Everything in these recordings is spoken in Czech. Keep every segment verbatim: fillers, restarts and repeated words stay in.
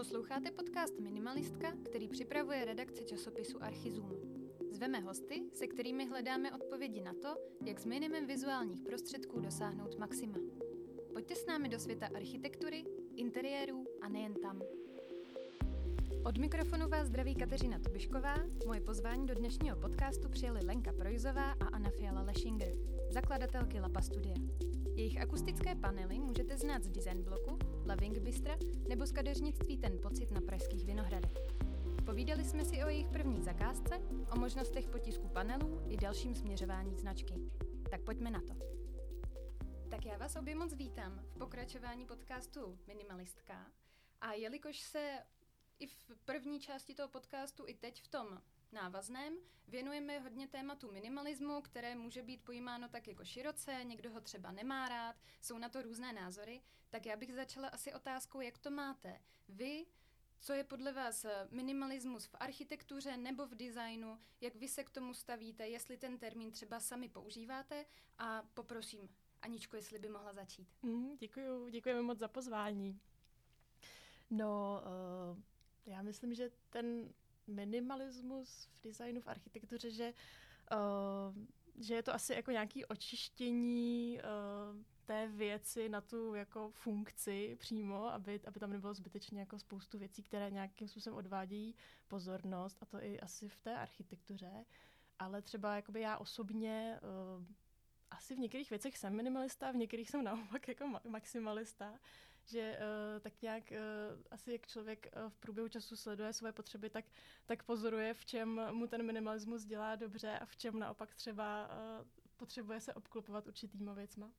Posloucháte podcast Minimalistka, který připravuje redakce časopisu Archizoom. Zveme hosty, se kterými hledáme odpovědi na to, jak s minimem vizuálních prostředků dosáhnout maxima. Pojďte s námi do světa architektury, interiérů a nejen tam. Od mikrofonu vás zdraví Kateřina Tubišková, moje pozvání do dnešního podcastu přijeli Lenka Projzová a Anna Fiala-Leschinger, zakladatelky Lapa Studia. Jejich akustické panely můžete znát z Design bloku, Loving Bystra nebo z kadeřnictví Ten pocit na pražských Vinohradech. Povídali jsme si o jejich první zakázce, o možnostech potisku panelů i dalším směřování značky. Tak pojďme na to. Tak já vás obě moc vítám v pokračování podcastu Minimalistka. A jelikož se i v první části toho podcastu, i teď v tom návazném, věnujeme hodně tématu minimalismu, které může být pojímáno tak jako široce, někdo ho třeba nemá rád, jsou na to různé názory, tak já bych začala asi otázkou, jak to máte vy, co je podle vás minimalismus v architektuře nebo v designu, jak vy se k tomu stavíte, jestli ten termín třeba sami používáte a poprosím Aničku, jestli by mohla začít. Mm, děkuju, děkujeme moc za pozvání. No, uh, já myslím, že ten minimalismus v designu, v architektuře, že, uh, že je to asi jako nějaké očištění uh, té věci na tu jako funkci přímo, aby, aby tam nebylo zbytečně jako spoustu věcí, které nějakým způsobem odvádějí pozornost, a to i asi v té architektuře. Ale třeba jakoby já osobně uh, asi v některých věcech jsem minimalista, v některých jsem naopak jako ma- maximalista, že uh, tak nějak uh, asi jak člověk uh, v průběhu času sleduje svoje potřeby, tak, tak pozoruje, v čem mu ten minimalismus dělá dobře a v čem naopak třeba uh, potřebuje se obklopovat určitýma věcma.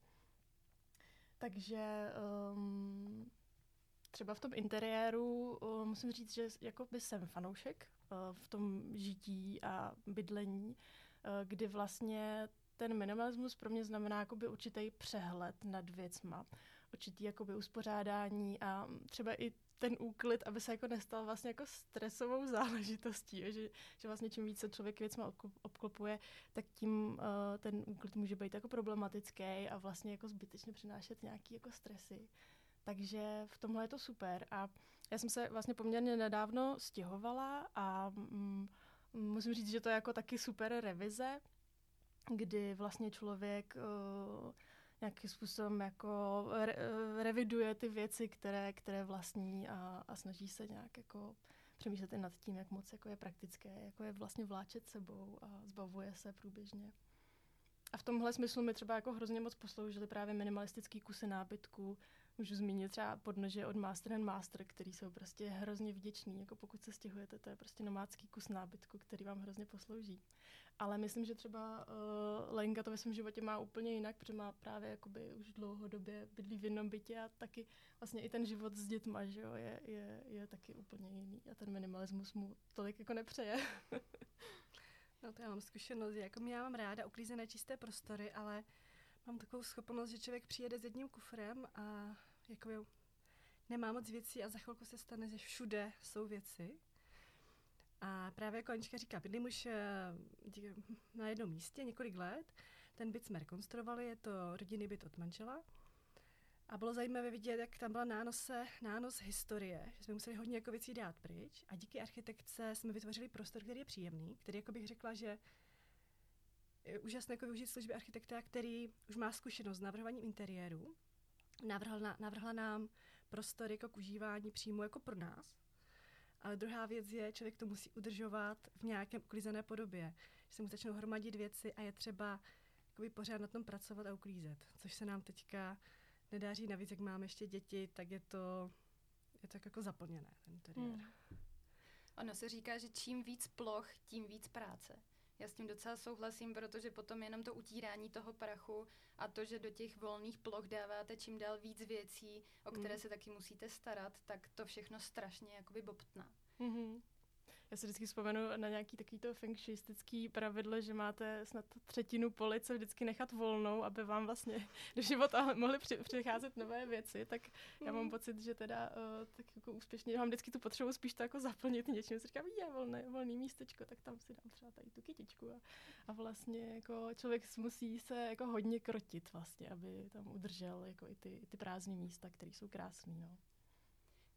Takže um, třeba v tom interiéru uh, musím říct, že jakoby jsem fanoušek uh, v tom žití a bydlení, uh, kdy vlastně ten minimalismus pro mě znamená jakoby určitý přehled nad věcma, určitý jakoby uspořádání a třeba i ten úklid, aby se jako nestal vlastně jako stresovou záležitostí, že, že vlastně čím více člověk věcma obklopuje, tak tím uh, ten úklid může být jako problematický a vlastně jako zbytečně přinášet nějaký jako stresy. Takže v tomhle je to super. A já jsem se vlastně poměrně nedávno stěhovala a mm, musím říct, že to je jako taky super revize, kdy vlastně člověk uh, nějakým způsobem jako re, uh, reviduje ty věci, které, které vlastní a, a snaží se nějak jako přemýšlet i nad tím, jak moc jako je praktické, jako je vlastně vláčet sebou a zbavuje se průběžně. A v tomhle smyslu mi třeba jako hrozně moc posloužily právě minimalistický kusy nábytku. Můžu zmínit třeba podnože od Master and Master, který jsou prostě hrozně vděčný. Jako pokud se stěhujete, to je prostě nomádský kus nábytku, který vám hrozně poslouží. Ale myslím, že třeba uh, Lenka to ve svém životě má úplně jinak, protože má právě jakoby už dlouhodobě bydlí v jednom bytě a taky vlastně i ten život s dětma, že jo, je, je, je taky úplně jiný. A ten minimalismus mu tolik jako nepřeje. No to já mám zkušenost, jako já mám ráda uklízené čisté prostory, ale mám takovou schopnost, že člověk přijede s jedním kufrem a jako nemá moc věcí a za chvilku se stane, že všude jsou věci. A právě jako Anička říká, bydlím už na jednom místě několik let, ten byt jsme rekonstruovali, je to rodinný byt od manžela. A bylo zajímavé vidět, jak tam byla nánose, nános historie, že jsme museli hodně jako věcí dát pryč a díky architektce jsme vytvořili prostor, který je příjemný, který jako bych řekla, že je úžasné jako využít služby architekta, který už má zkušenost s navrhováním interiéru. Navrhla, na, navrhla nám prostor jako k užívání přímo jako pro nás. Ale druhá věc je, člověk to musí udržovat v nějakém uklizené podobě. Že se mu začnou hromadit věci a je třeba jakoby pořád na tom pracovat a uklízet, což se nám teďka nedáří. Navíc, jak máme ještě děti, tak je to, je to jako zaplněné, ten interiér. Hmm. Ono se říká, že čím víc ploch, tím víc práce. Já s tím docela souhlasím, protože potom jenom to utírání toho prachu a to, že do těch volných ploch dáváte čím dál víc věcí, o které hmm. se taky musíte starat, tak to všechno strašně jakoby bobtná. Mm-hmm. Já si vždycky vzpomenu na nějaký takovýto feng shuistický pravidlo, že máte snad třetinu police vždycky nechat volnou, aby vám vlastně do života mohly při- přicházet nové věci, tak mm. já mám pocit, že teda uh, tak jako úspěšně mám vždycky tu potřebu spíš to jako zaplnit něčím. Si říkám, je volné, volný místečko, tak tam si dám třeba tady tu kytičku a, a vlastně jako člověk musí se jako hodně krotit vlastně, aby tam udržel jako i ty, i ty prázdné místa, které jsou krásné, no.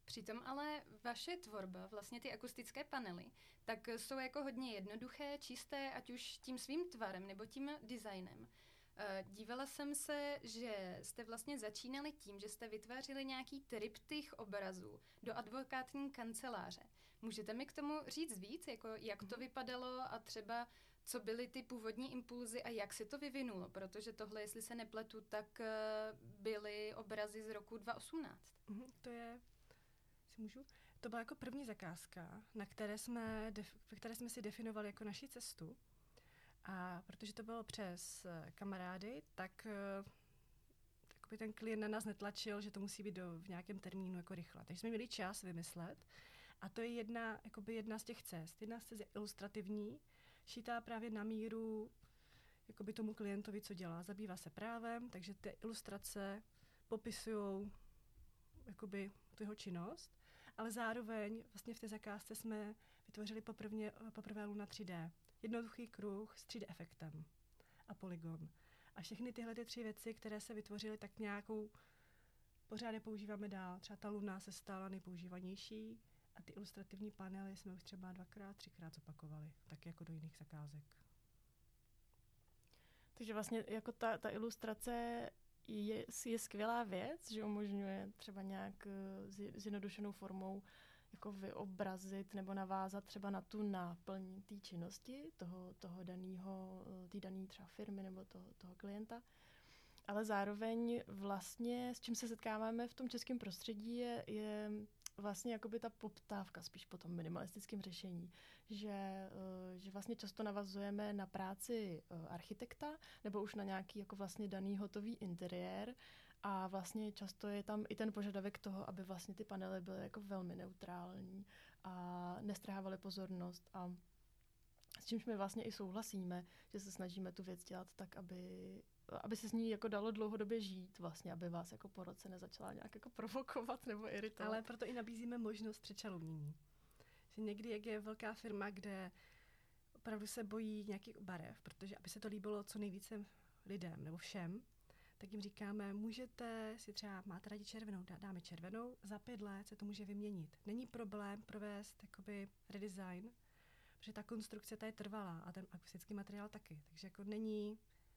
Přitom ale vaše tvorba, vlastně ty akustické panely, tak jsou jako hodně jednoduché, čisté, ať už tím svým tvarem nebo tím designem. Dívala jsem se, že jste vlastně začínali tím, že jste vytvářeli nějaký triptych obrazů do advokátní kanceláře. Můžete mi k tomu říct víc, jako jak to vypadalo a třeba co byly ty původní impulzy a jak se to vyvinulo? Protože tohle, jestli se nepletu, tak byly obrazy z roku dva tisíce osmnáct. Mm, to je, si můžu? To byla jako první zakázka, na které jsme, def, které jsme si definovali jako naši cestu. A protože to bylo přes kamarády, tak by ten klient na nás netlačil, že to musí být do, v nějakém termínu jako rychle. Takže jsme měli čas vymyslet. A to je jedna, jakoby jedna z těch cest. Jedna z cest je ilustrativní, šitá právě na míru jakoby tomu klientovi, co dělá. Zabývá se právem, takže ty ilustrace popisují jakoby tu jeho činnost, ale zároveň vlastně v té zakázce jsme vytvořili poprvně, poprvé Luna tři dé. Jednoduchý kruh s tři dé efektem a polygon. A všechny tyhle ty tři věci, které se vytvořily, tak nějakou pořád je používáme dál. Třeba ta Luna se stala nejpoužívanější a ty ilustrativní panely jsme už třeba dvakrát, třikrát zopakovali, tak jako do jiných zakázek. Takže vlastně jako ta, ta ilustrace je, je skvělá věc, že umožňuje třeba nějak zjednodušenou formou jako vyobrazit nebo navázat třeba na tu náplň té činnosti toho, toho daného, té dané třeba firmy nebo toho, toho klienta. Ale zároveň vlastně, s čím se setkáváme v tom českém prostředí, je, je vlastně jakoby ta poptávka spíš po tom minimalistickém řešení, že, že vlastně často navazujeme na práci architekta nebo už na nějaký jako vlastně daný hotový interiér a vlastně často je tam i ten požadavek toho, aby vlastně ty panely byly jako velmi neutrální a nestrhávaly pozornost a s čímž my vlastně i souhlasíme, že se snažíme tu věc dělat tak, aby aby se s ní jako dalo dlouhodobě žít vlastně, aby vás jako po roce nezačala nějak jako provokovat nebo iritovat. Ale proto i nabízíme možnost přečalounění. Že někdy, jak je velká firma, kde opravdu se bojí nějakých barev, protože aby se to líbilo co nejvíce lidem nebo všem, tak jim říkáme, můžete si třeba, máte rádi červenou, dáme červenou, za pět let se to může vyměnit. Není problém provést jakoby redesign, protože ta konstrukce ta je trvalá a ten akustický materiál taky. Takže jako není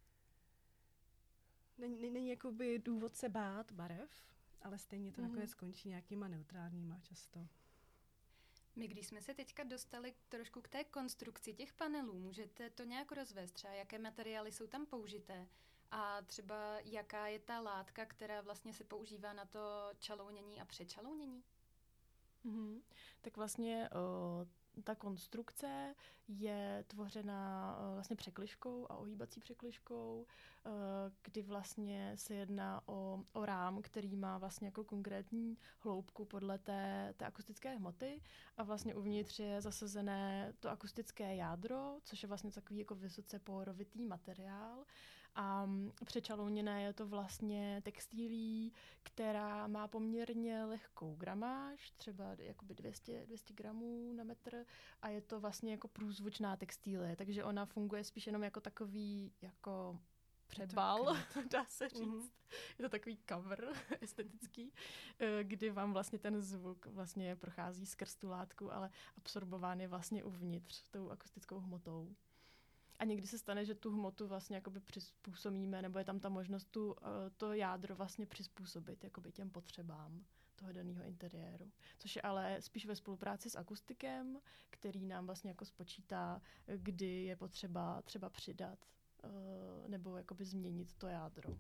Není, není jakoby důvod se bát barev, ale stejně to mm-hmm. nakonec skončí nějakýma neutrálníma často. My, když jsme se teďka dostali trošku k té konstrukci těch panelů, můžete to nějak rozvést, třeba jaké materiály jsou tam použité a třeba jaká je ta látka, která vlastně se používá na to čalounění a přečalounění? Mm-hmm. Tak vlastně o, ta konstrukce je tvořena o, vlastně překližkou a ohýbací překližkou, kdy vlastně se jedná o, o rám, který má vlastně jako konkrétní hloubku podle té, té akustické hmoty a vlastně uvnitř je zasazené to akustické jádro, což je vlastně takový jako vysoce porovitý materiál a přečalouněné je to vlastně textilí, která má poměrně lehkou gramáž, třeba jakoby dvě stě, dvě stě gramů na metr a je to vlastně jako průzvučná textilie, takže ona funguje spíš jenom jako takový jako přebal, dá se říct. Mm-hmm. Je to takový cover estetický, kdy vám vlastně ten zvuk vlastně prochází skrz tu látku, ale absorbován je vlastně uvnitř tou akustickou hmotou. A někdy se stane, že tu hmotu vlastně jakoby přizpůsobíme, nebo je tam ta možnost tu, to jádro vlastně přizpůsobit jakoby těm potřebám toho daného interiéru. Což je ale spíš ve spolupráci s akustikem, který nám vlastně jako spočítá, kdy je potřeba třeba přidat nebo jakoby změnit to jádro.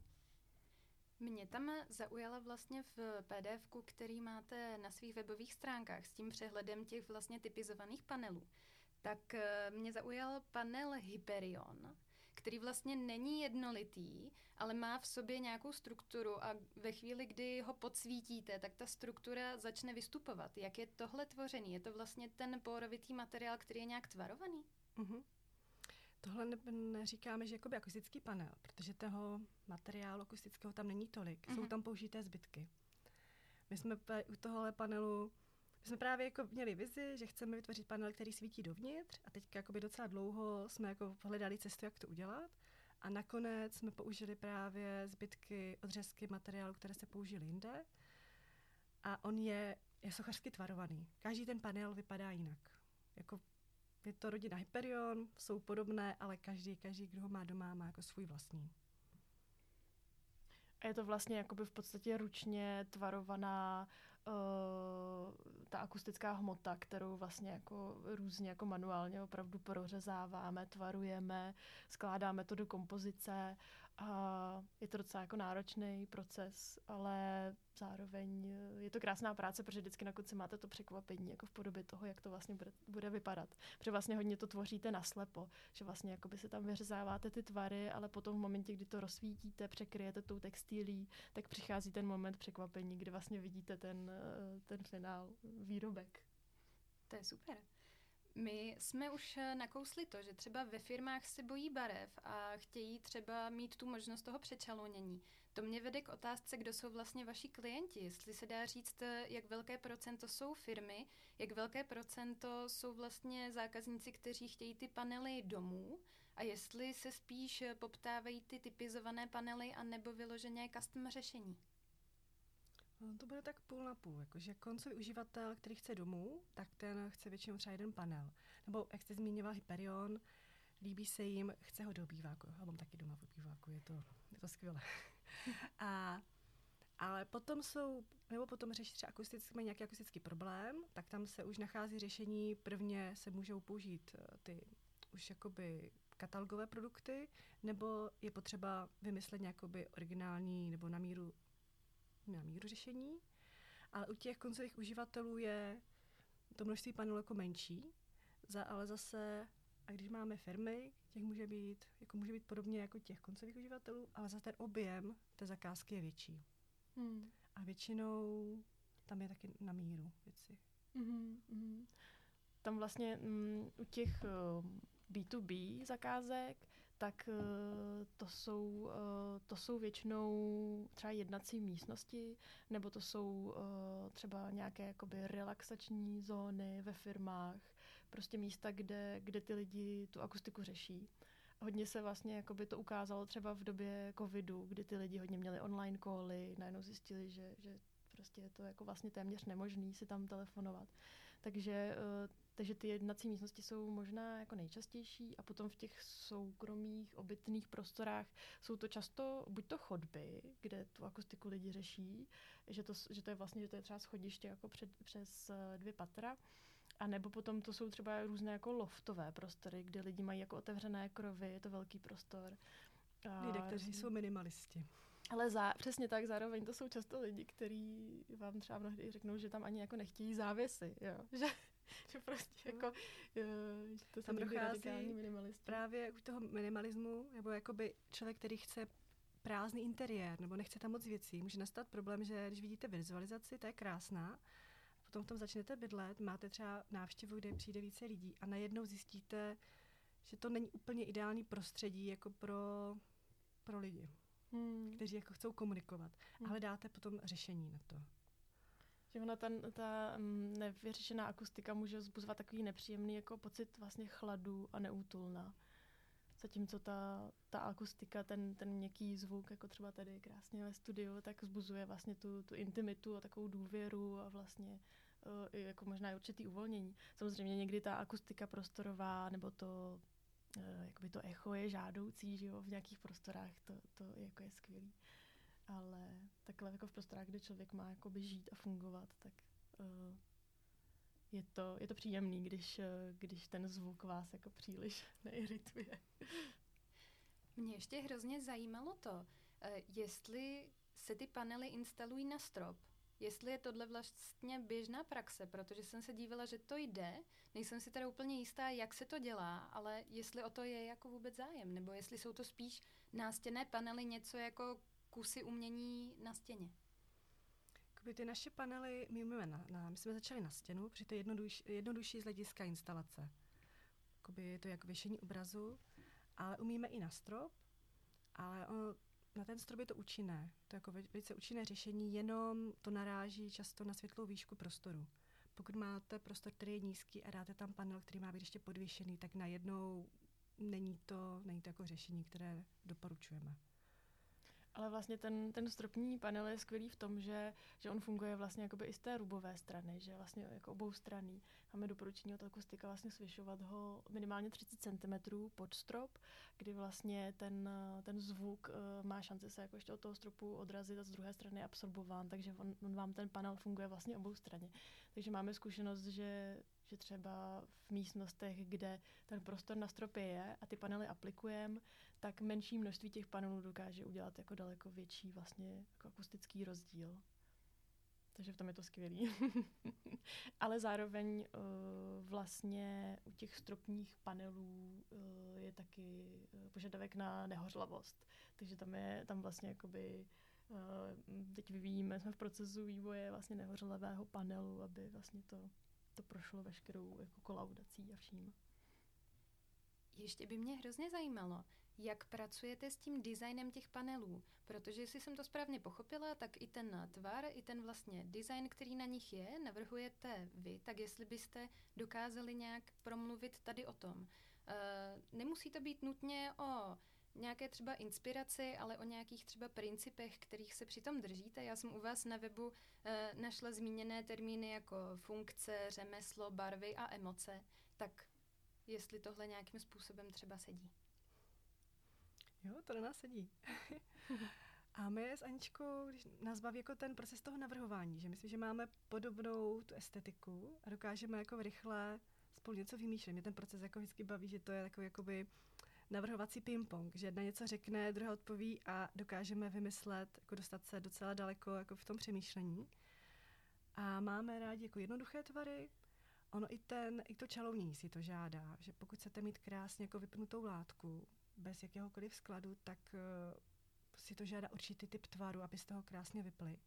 Mě tam zaujala vlastně v pé dé efku, který máte na svých webových stránkách s tím přehledem těch vlastně typizovaných panelů. Tak mě zaujal panel Hyperion, který vlastně není jednolitý, ale má v sobě nějakou strukturu a ve chvíli, kdy ho podsvítíte, tak ta struktura začne vystupovat. Jak je tohle tvořený? Je to vlastně ten porovitý materiál, který je nějak tvarovaný? Mm-hmm. Tohle ne- neříkáme, že jakoby akustický panel, protože toho materiálu akustického tam není tolik. Mm-hmm. Jsou tam použité zbytky. My jsme u tohohle panelu, my jsme právě jako měli vizi, že chceme vytvořit panel, který svítí dovnitř a teďka jakoby docela dlouho jsme jako hledali cestu, jak to udělat a nakonec jsme použili právě zbytky, odřezky materiálu, které se použily jinde a on je je sochařsky tvarovaný. Každý ten panel vypadá jinak. Jako je to rodina Hyperion, jsou podobné, ale každý, každý, kdo ho má doma, má jako svůj vlastní. A je to vlastně jakoby v podstatě ručně tvarovaná uh, ta akustická hmota, kterou vlastně jako různě jako manuálně opravdu prořezáváme, tvarujeme, skládáme to do kompozice a je to docela jako náročný proces, ale zároveň je to krásná práce, protože vždycky na konci máte to překvapení jako v podobě toho, jak to vlastně bude, bude vypadat. Protože vlastně hodně to tvoříte naslepo, že vlastně jakoby se tam vyřezáváte ty tvary, ale potom v momentě, kdy to rozsvítíte, překryjete tou textilí, tak přichází ten moment překvapení, kdy vlastně vidíte ten, ten finál, výrobek. To je super. My jsme už nakousli to, že třeba ve firmách se bojí barev a chtějí třeba mít tu možnost toho přečalunění. To mě vede k otázce, kdo jsou vlastně vaši klienti. Jestli se dá říct, jak velké procento jsou firmy, jak velké procento jsou vlastně zákazníci, kteří chtějí ty panely domů a jestli se spíš poptávají ty typizované panely a nebo vyloženě custom řešení. No, to bude tak půl na půl, jakože koncový uživatel, který chce domů, tak ten chce většinou třeba jeden panel. Nebo jak jste zmiňoval Hyperion, líbí se jim, chce ho do obýváku. Já mám taky doma v obýváku, je to, je to skvělé. A, ale potom jsou, nebo potom řeší třeba akustický, mají nějaký akustický problém, tak tam se už nachází řešení, prvně se můžou použít ty už jakoby katalogové produkty, nebo je potřeba vymyslet nějakoby originální nebo na míru na míru řešení, ale u těch koncových uživatelů je to množství panelů jako menší, za, ale zase, a když máme firmy, těch může být, jako může být podobně jako těch koncových uživatelů, ale za ten objem té zakázky je větší. Hmm. A většinou tam je taky na míru věci. Mm-hmm, mm-hmm. Tam vlastně mm, u těch uh, bé dvě bé zakázek tak to jsou, to jsou většinou třeba jednací místnosti, nebo to jsou třeba nějaké jakoby relaxační zóny ve firmách, prostě místa, kde, kde ty lidi tu akustiku řeší. Hodně se vlastně jakoby to ukázalo třeba v době covidu, kdy ty lidi hodně měli online cally, najednou zjistili, že, že prostě je to jako vlastně téměř nemožný si tam telefonovat. Takže Takže ty jednací místnosti jsou možná jako nejčastější a potom v těch soukromých obytných prostorách jsou to často buď to chodby, kde tu akustiku lidi řeší, že to, že to je vlastně, že to je třeba schodiště jako před, přes dvě patra, a nebo potom to jsou třeba různé jako loftové prostory, kde lidi mají jako otevřené krovy, je to velký prostor. Lidé, kteří jsou minimalisti. Ale za, přesně tak, zároveň to jsou často lidi, kteří vám třeba mnohdy řeknou, že tam ani jako nechtějí závěsy, jo, že že prostě jako uh, to tam dochází právě u toho minimalismu, nebo jakoby člověk, který chce prázdný interiér, nebo nechce tam moc věcí, může nastat problém, že když vidíte vizualizaci, ta je krásná, potom v tom začnete bydlet, máte třeba návštěvu, kde přijde více lidí a najednou zjistíte, že to není úplně ideální prostředí jako pro, pro lidi, hmm. kteří jako chcou komunikovat, hmm. ale dáte potom řešení na to. Že ona ta, ta nevyřešená akustika může vzbuzovat takový nepříjemný jako pocit vlastně chladu a neútulna. Zatímco ta, ta akustika, ten, ten měkký zvuk, jako třeba tady krásně ve studiu, tak vzbuzuje vlastně tu, tu intimitu a takovou důvěru a vlastně uh, i jako možná i určitý uvolnění. Samozřejmě někdy ta akustika prostorová nebo to, uh, jakoby to echo je žádoucí, že jo, v nějakých prostorách to, to jako je skvělý. Ale takhle jako v prostorách, kde člověk má jakoby žít a fungovat, tak uh, je, to, je to příjemný, když, uh, když ten zvuk vás jako příliš neirituje. Mě ještě hrozně zajímalo to, uh, jestli se ty panely instalují na strop, jestli je tohle vlastně běžná praxe, protože jsem se dívala, že to jde, nejsem si teda úplně jistá, jak se to dělá, ale jestli o to je jako vůbec zájem, nebo jestli jsou to spíš nástěnné panely, něco jako kusy umění na stěně. Jakoby ty naše panely, my umíme na, na, my jsme začali na stěnu, protože to je jednoduš, jednodušší z hlediska instalace. Jakoby je to jako věšení obrazu, ale umíme i na strop, ale ono, na ten strop je to účinné. To je jako velice účinné řešení, jenom to naráží často na světlou výšku prostoru. Pokud máte prostor, který je nízký a dáte tam panel, který má být ještě podvěšený, tak najednou není to, není to jako řešení, které doporučujeme. Ale vlastně ten, ten stropní panel je skvělý v tom, že, že on funguje vlastně jakoby i z té rubové strany, že vlastně jako oboustranný. Máme doporučení od akustika vlastně svišovat ho minimálně třicet centimetrů pod strop, kdy vlastně ten, ten zvuk uh, má šanci se jako ještě od toho stropu odrazit a z druhé strany absorbován, takže on, on vám ten panel funguje vlastně oboustranně. Takže máme zkušenost, že že třeba v místnostech, kde ten prostor na stropě je a ty panely aplikujeme, tak menší množství těch panelů dokáže udělat jako daleko větší vlastně jako akustický rozdíl. Takže v tom je to skvělý. Ale zároveň uh, vlastně u těch stropních panelů uh, je taky uh, požadavek na nehořlavost. Takže tam je tam vlastně jakoby uh, teď vyvíjíme, jsme v procesu vývoje vlastně nehořlavého panelu, aby vlastně to to prošlo veškerou jako kolaudací a vším. Ještě by mě hrozně zajímalo, jak pracujete s tím designem těch panelů, protože jestli jsem to správně pochopila, tak i ten tvar, i ten vlastně design, který na nich je, navrhujete vy, tak jestli byste dokázali nějak promluvit tady o tom. E, nemusí to být nutně o nějaké třeba inspiraci, ale o nějakých třeba principech, kterých se přitom držíte. Já jsem u vás na webu e, našla zmíněné termíny jako funkce, řemeslo, barvy a emoce. Tak jestli tohle nějakým způsobem třeba sedí. Jo, to na nás sedí. A my s Aničkou, když nás baví jako ten proces toho navrhování, že myslím, že máme podobnou tu estetiku a dokážeme jako rychle spolu něco vymýšlet. Mě ten proces jako vždycky baví, že to je takový jakoby navrhovací ping-pong, že jedna něco řekne, druhá odpoví a dokážeme vymyslet, jako dostat se docela daleko jako v tom přemýšlení. A máme rádi jako jednoduché tvary. Ono i, ten, i to čalounění si to žádá, že pokud chcete mít krásně jako vypnutou látku, bez jakéhokoliv skladu, tak uh, si to žádá určitý typ tvaru, abyste ho krásně vypli.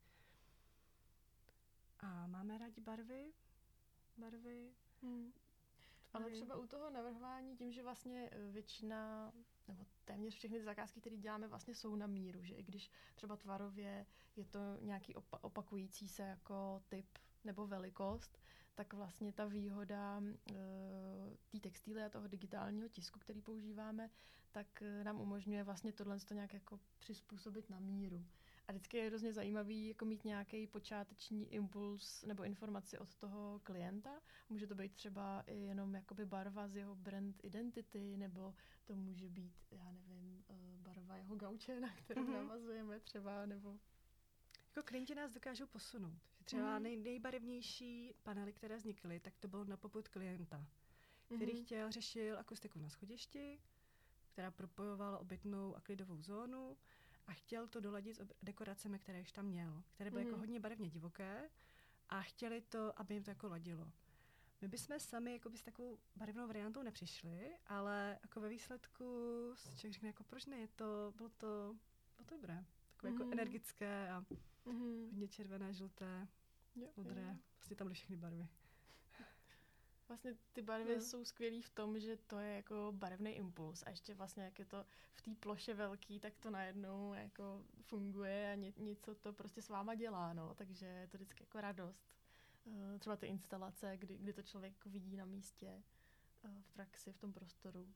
A máme rádi barvy. Barvy. Hmm. Ale třeba u toho navrhování, tím, že vlastně většina, nebo téměř všechny zakázky, které děláme, vlastně jsou na míru, že i když třeba tvarově je to nějaký opa- opakující se jako typ nebo velikost, tak vlastně ta výhoda e, té textíly a toho digitálního tisku, který používáme, tak e, nám umožňuje vlastně tohle nějak jako přizpůsobit na míru. A vždycky je hrozně zajímavý jako mít nějaký počáteční impuls nebo informaci od toho klienta. Může to být třeba i jenom jakoby barva z jeho brand identity, nebo to může být, já nevím, barva jeho gauče, na kterou mm-hmm. navazujeme třeba, nebo... Jako klienti nás dokážou posunout. Že třeba mm-hmm. nej, nejbarevnější panely, které vznikly, tak to bylo na popud klienta, který mm-hmm. chtěl, řešil akustiku na schodišti, která propojovala obytnou a klidovou zónu, a chtěl to doladit s dekoracemi, které už tam měl, které byly mm. jako hodně barevně divoké a chtěli to, aby jim to jako ladilo. My bychom sami jako by s takovou barevnou variantou nepřišli, ale jako ve výsledku člověk řekne, jako proč ne, je to, bylo to, bylo to dobré. Takové mm. jako energické a mm. hodně červené, žluté, jo, modré, jo. Vlastně tam byly všechny barvy. Vlastně ty barvy no. jsou skvělý v tom, že to je jako barevný impuls a ještě vlastně jak je to v té ploše velký, tak to najednou jako funguje a ně, něco to prostě s váma dělá, no, takže je to vždycky jako radost. Uh, třeba ty instalace, kdy, kdy to člověk jako vidí na místě, uh, v praxi, v tom prostoru.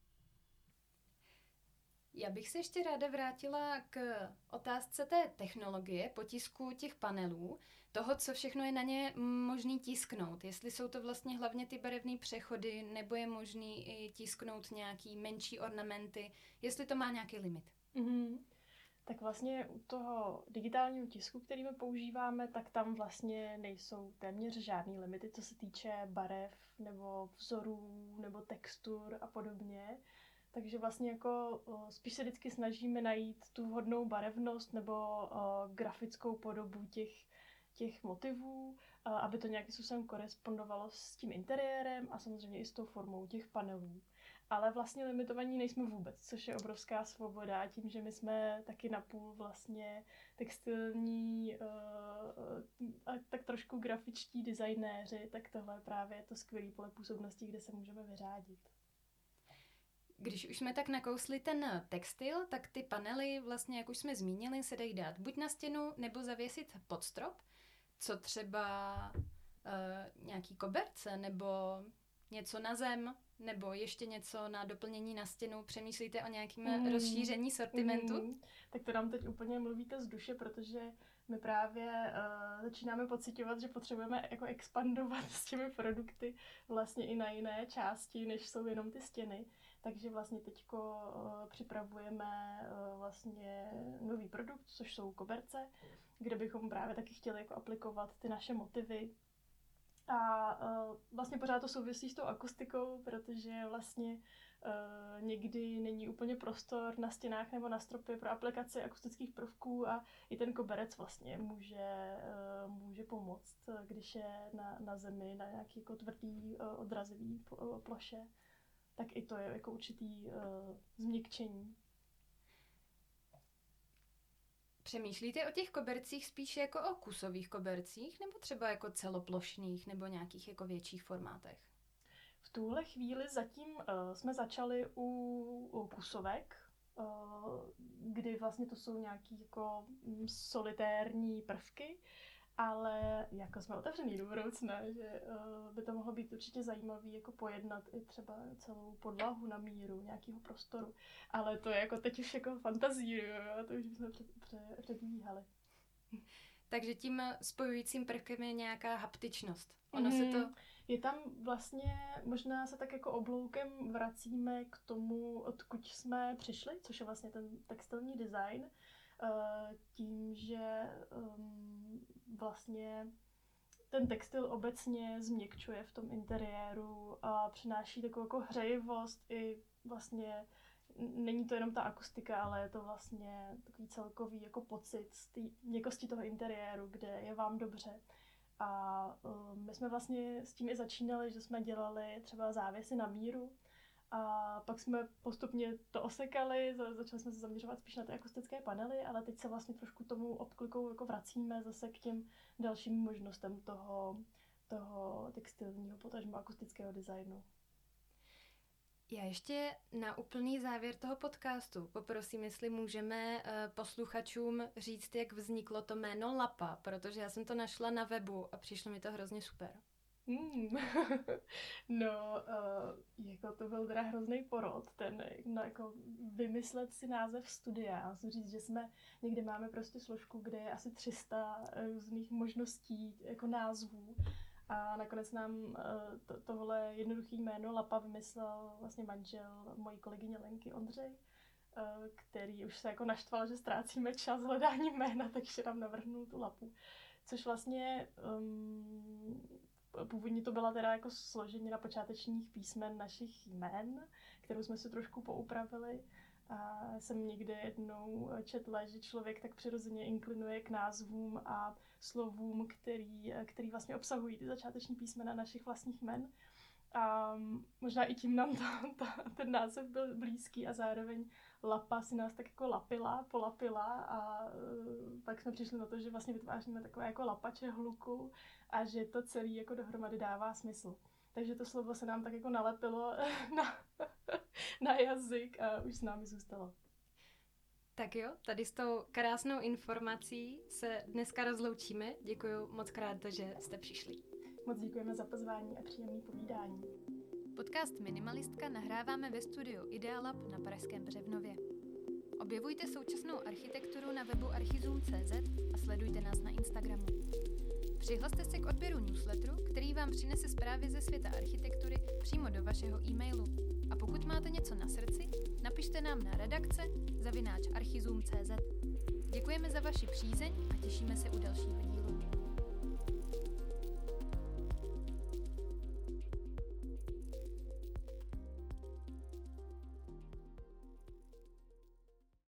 Já bych se ještě ráda vrátila k otázce té technologie, potisku těch panelů, toho, co všechno je na ně možný tisknout. Jestli jsou to vlastně hlavně ty barevné přechody, nebo je možný i tisknout nějaký menší ornamenty, jestli to má nějaký limit. Mm-hmm. Tak vlastně u toho digitálního tisku, který my používáme, tak tam vlastně nejsou téměř žádný limity, co se týče barev, nebo vzorů, nebo textur a podobně. Takže vlastně jako uh, spíš se vždycky snažíme najít tu vhodnou barevnost nebo uh, grafickou podobu těch, těch motivů, uh, aby to nějakým způsobem korespondovalo s tím interiérem a samozřejmě i s tou formou těch panelů. Ale vlastně limitovaní nejsme vůbec, což je obrovská svoboda tím, že my jsme taky napůl vlastně textilní uh, a tak trošku grafičtí designéři, tak tohle právě je to skvělý pole působnosti, kde se můžeme vyřádit. Když už jsme tak nakousli ten textil, tak ty panely vlastně, jak už jsme zmínili, se dají dát buď na stěnu, nebo zavěsit pod strop. Co třeba uh, nějaký koberce, nebo něco na zem, nebo ještě něco na doplnění na stěnu? Přemýšlíte o nějakém Mm. rozšíření sortimentu? Mm. Tak to nám teď úplně mluvíte z duše, protože my právě uh, začínáme pociťovat, že potřebujeme jako expandovat s těmi produkty vlastně i na jiné části, než jsou jenom ty stěny. Takže vlastně teďko uh, připravujeme uh, vlastně nový produkt, což jsou koberce, kde bychom právě taky chtěli jako aplikovat ty naše motivy. A uh, vlastně pořád to souvisí s tou akustikou, protože vlastně uh, někdy není úplně prostor na stěnách nebo na stropě pro aplikaci akustických prvků a i ten koberec vlastně může, uh, může pomoct, když je na, na zemi, na nějaký jako tvrdý uh, odrazivý uh, ploše, tak i to je jako určitý uh, změkčení. Přemýšlíte o těch kobercích spíš jako o kusových kobercích, nebo třeba jako celoplošných, nebo nějakých jako větších formátech? V tuhle chvíli zatím uh, jsme začali u, u kusovek, uh, kdy vlastně to jsou nějaký jako solitérní prvky, ale jako jsme otevřený do budoucna, že uh, by to mohlo být určitě zajímavý jako pojednat i třeba celou podlahu na míru nějakého prostoru. Ale to je jako teď už jako fantazíru, to už jsme před, před, předvíhali. Takže tím spojujícím prvkem je nějaká haptičnost. Ono mm. se to... Je tam vlastně, možná se tak jako obloukem vracíme k tomu, odkud jsme přišli, což je vlastně ten textilní design, tím, že um, vlastně ten textil obecně změkčuje v tom interiéru a přináší takovou jako hřejivost i vlastně, není to jenom ta akustika, ale je to vlastně takový celkový jako pocit z té měkkosti toho interiéru, kde je vám dobře. A um, my jsme vlastně s tím i začínali, že jsme dělali třeba závěsy na míru, a pak jsme postupně to osekali, začali jsme se zaměřovat spíš na ty akustické panely, ale teď se vlastně trošku tomu odklikou jako vracíme zase k těm dalším možnostem toho, toho textilního, potažmo akustického designu. Já ještě na úplný závěr toho podcastu poprosím, jestli můžeme posluchačům říct, jak vzniklo to jméno Lapa, protože já jsem to našla na webu a přišlo mi to hrozně super. Hmm. No, uh, jako to byl teda hrozný porod, ten no, jako vymyslet si název studia. Musím říct, že jsme někde máme prostě složku, kde je asi tři sta různých možností jako názvů. A nakonec nám uh, to, tohle jednoduché jméno Lapa vymyslel vlastně manžel mojí kolegyně Lenky, Ondřej, uh, který už se jako naštval, že ztrácíme čas hledáním jména, takže nám navrhnul tu Lapu. Což vlastně um, původně to byla teda jako složenina počátečních písmen našich jmén, kterou jsme si trošku poupravili. A jsem někde jednou četla, že člověk tak přirozeně inklinuje k názvům a slovům, který, který vlastně obsahují ty začáteční písmena našich vlastních jmen. A možná i tím nám ta, ta, ten název byl blízký a zároveň Lapa si nás tak jako lapila, polapila a uh, pak jsme přišli na to, že vlastně vytváříme takové jako lapače hluku a že to celý jako dohromady dává smysl. Takže to slovo se nám tak jako nalepilo na, na jazyk a už s námi zůstalo. Tak jo, tady s tou krásnou informací se dneska rozloučíme. Děkuji moc krát, že jste přišli. Moc děkujeme za pozvání a příjemné povídání. Podcast Minimalistka nahráváme ve studiu Idealab na Pražském Břevnově. Objevujte současnou architekturu na webu archizoom tečka cé zet a sledujte nás na Instagramu. Přihlaste se k odběru newsletteru, který vám přinese zprávy ze světa architektury přímo do vašeho e-mailu. A pokud máte něco na srdci, napište nám na redakce zavináč archizoom tečka cé zet. Děkujeme za vaši přízeň a těšíme se u dalšího dílu.